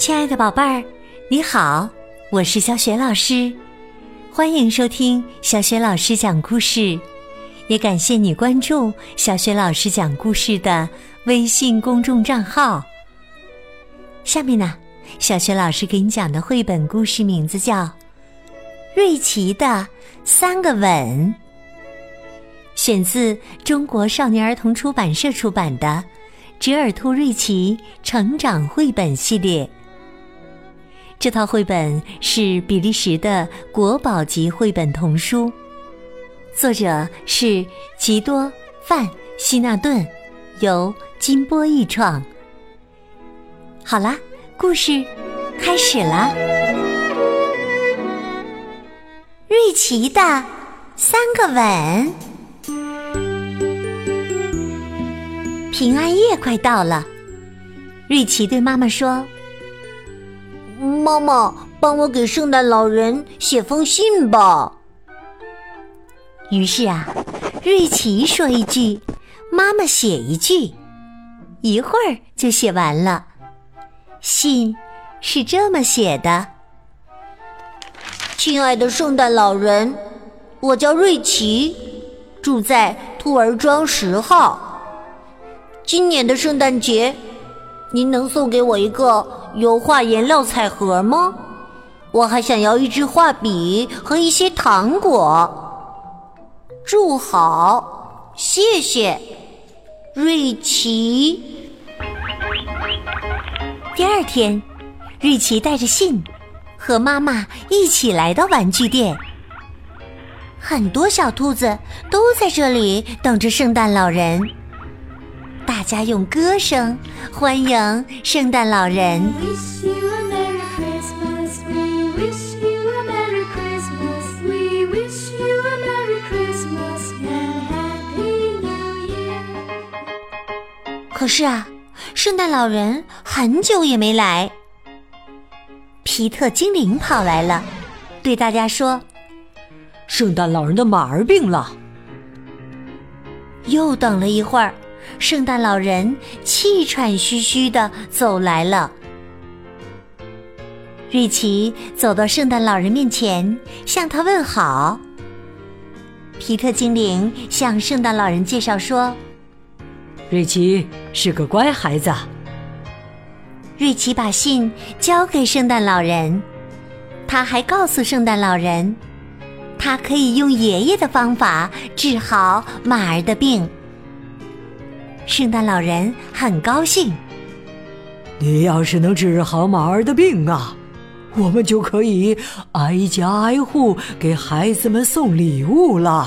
亲爱的宝贝儿，你好，我是小雪老师，欢迎收听小雪老师讲故事，也感谢你关注小雪老师讲故事的微信公众账号。下面呢，小雪老师给你讲的绘本故事名字叫《瑞奇的3个吻》，选自中国少年儿童出版社出版的《折耳兔瑞奇成长绘本》系列。这套绘本是比利时的国宝级绘本童书，作者是吉多·范希纳顿，由金波译创。好啦，故事开始了。瑞奇的3个吻。平安夜快到了，瑞奇对妈妈说： 妈妈，帮我给圣诞老人写封信吧。 于是啊，瑞奇说一句，妈妈写一句，一会儿就写完了。信是这么写的： 亲爱的圣诞老人，我叫瑞奇，住在兔儿庄10号。今年的圣诞节，您能送给我一个油画颜料彩盒吗？我还想要一支画笔和一些糖果。祝好，谢谢，瑞奇。 第二天，瑞奇带着信和妈妈一起来到玩具店。很多小兔子都在这里等着圣诞老人，大家用歌声欢迎圣诞老人。可是啊，圣诞老人很久也没来。皮特精灵跑来了，对大家说： 圣诞老人的马儿病了。 又等了一会儿，圣诞老人气喘吁吁地走来了。瑞奇走到圣诞老人面前，向他问好。皮特精灵向圣诞老人介绍说： 瑞奇是个乖孩子。 瑞奇把信交给圣诞老人，他还告诉圣诞老人，他可以用爷爷的方法治好马儿的病。圣诞老人很高兴。 你要是能治好马儿的病啊，我们就可以挨家挨户给孩子们送礼物了。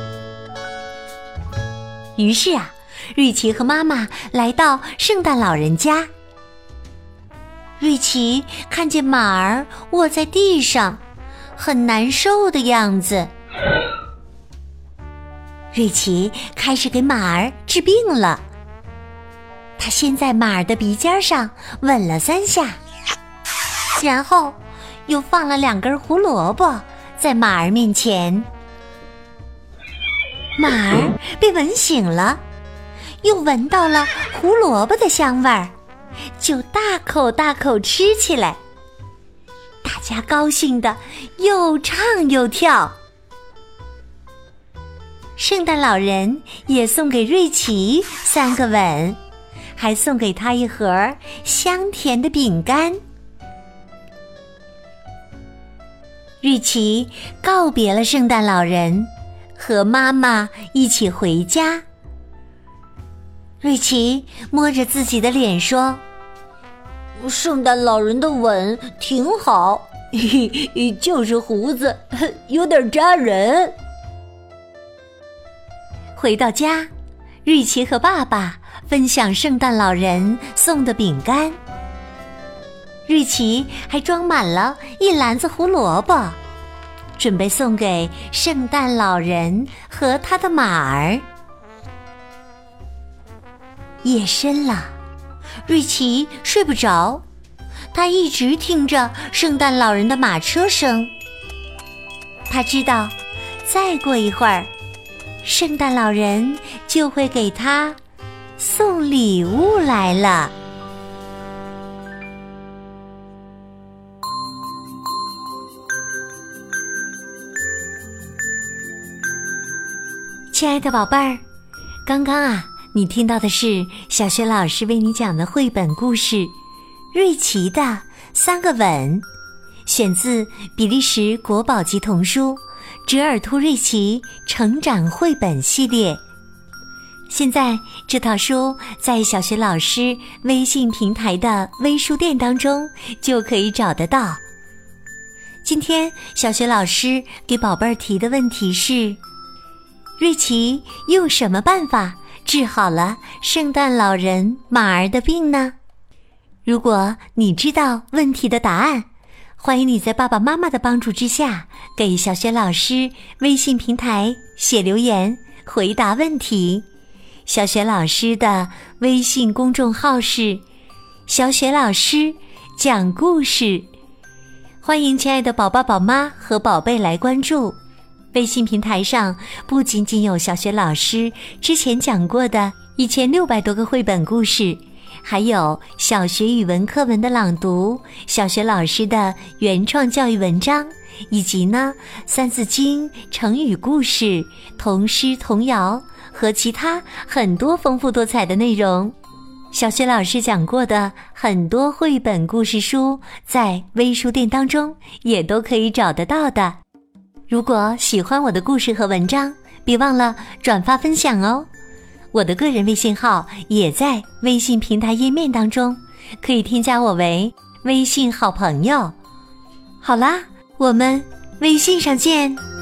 于是啊，瑞奇和妈妈来到圣诞老人家。瑞奇看见马儿卧在地上，很难受的样子。瑞奇开始给马儿治病了。他先在马儿的鼻尖上吻了3下，然后又放了2根胡萝卜在马儿面前。马儿被吻醒了，又闻到了胡萝卜的香味儿，就大口大口吃起来。大家高兴得又唱又跳。圣诞老人也送给瑞奇3个吻，还送给他一盒香甜的饼干。瑞奇告别了圣诞老人，和妈妈一起回家。瑞奇摸着自己的脸说： 圣诞老人的吻挺好，就是胡子有点扎人。 回到家，瑞奇和爸爸分享圣诞老人送的饼干。瑞奇还装满了一篮子胡萝卜，准备送给圣诞老人和他的马儿。夜深了，瑞奇睡不着，他一直听着圣诞老人的马车声。他知道，再过一会儿，圣诞老人就会给他送礼物来了。 亲爱的宝贝儿，刚刚啊，你听到的是小雪老师为你讲的绘本故事《瑞奇的3个吻》，选自比利时国宝级童书《折耳兔瑞奇成长绘本系列》。现在这套书在小雪老师微信平台的微书店当中就可以找得到。今天小雪老师给宝贝儿提的问题是：瑞奇用什么办法治好了圣诞老人马儿的病呢？如果你知道问题的答案，欢迎你在爸爸妈妈的帮助之下，给小雪老师微信平台写留言回答问题。小雪老师的微信公众号是小雪老师讲故事，欢迎亲爱的宝宝宝妈和宝贝来关注。微信平台上不仅仅有小雪老师之前讲过的1600多个绘本故事，还有小学语文课文的朗读，小学老师的原创教育文章，以及呢三字经、成语故事、童诗童谣和其他很多丰富多彩的内容。小雪老师讲过的很多绘本故事书在微书店当中也都可以找得到的。如果喜欢我的故事和文章，别忘了转发分享哦。我的个人微信号也在微信平台页面当中，可以添加我为微信好朋友。好啦，我们微信上见。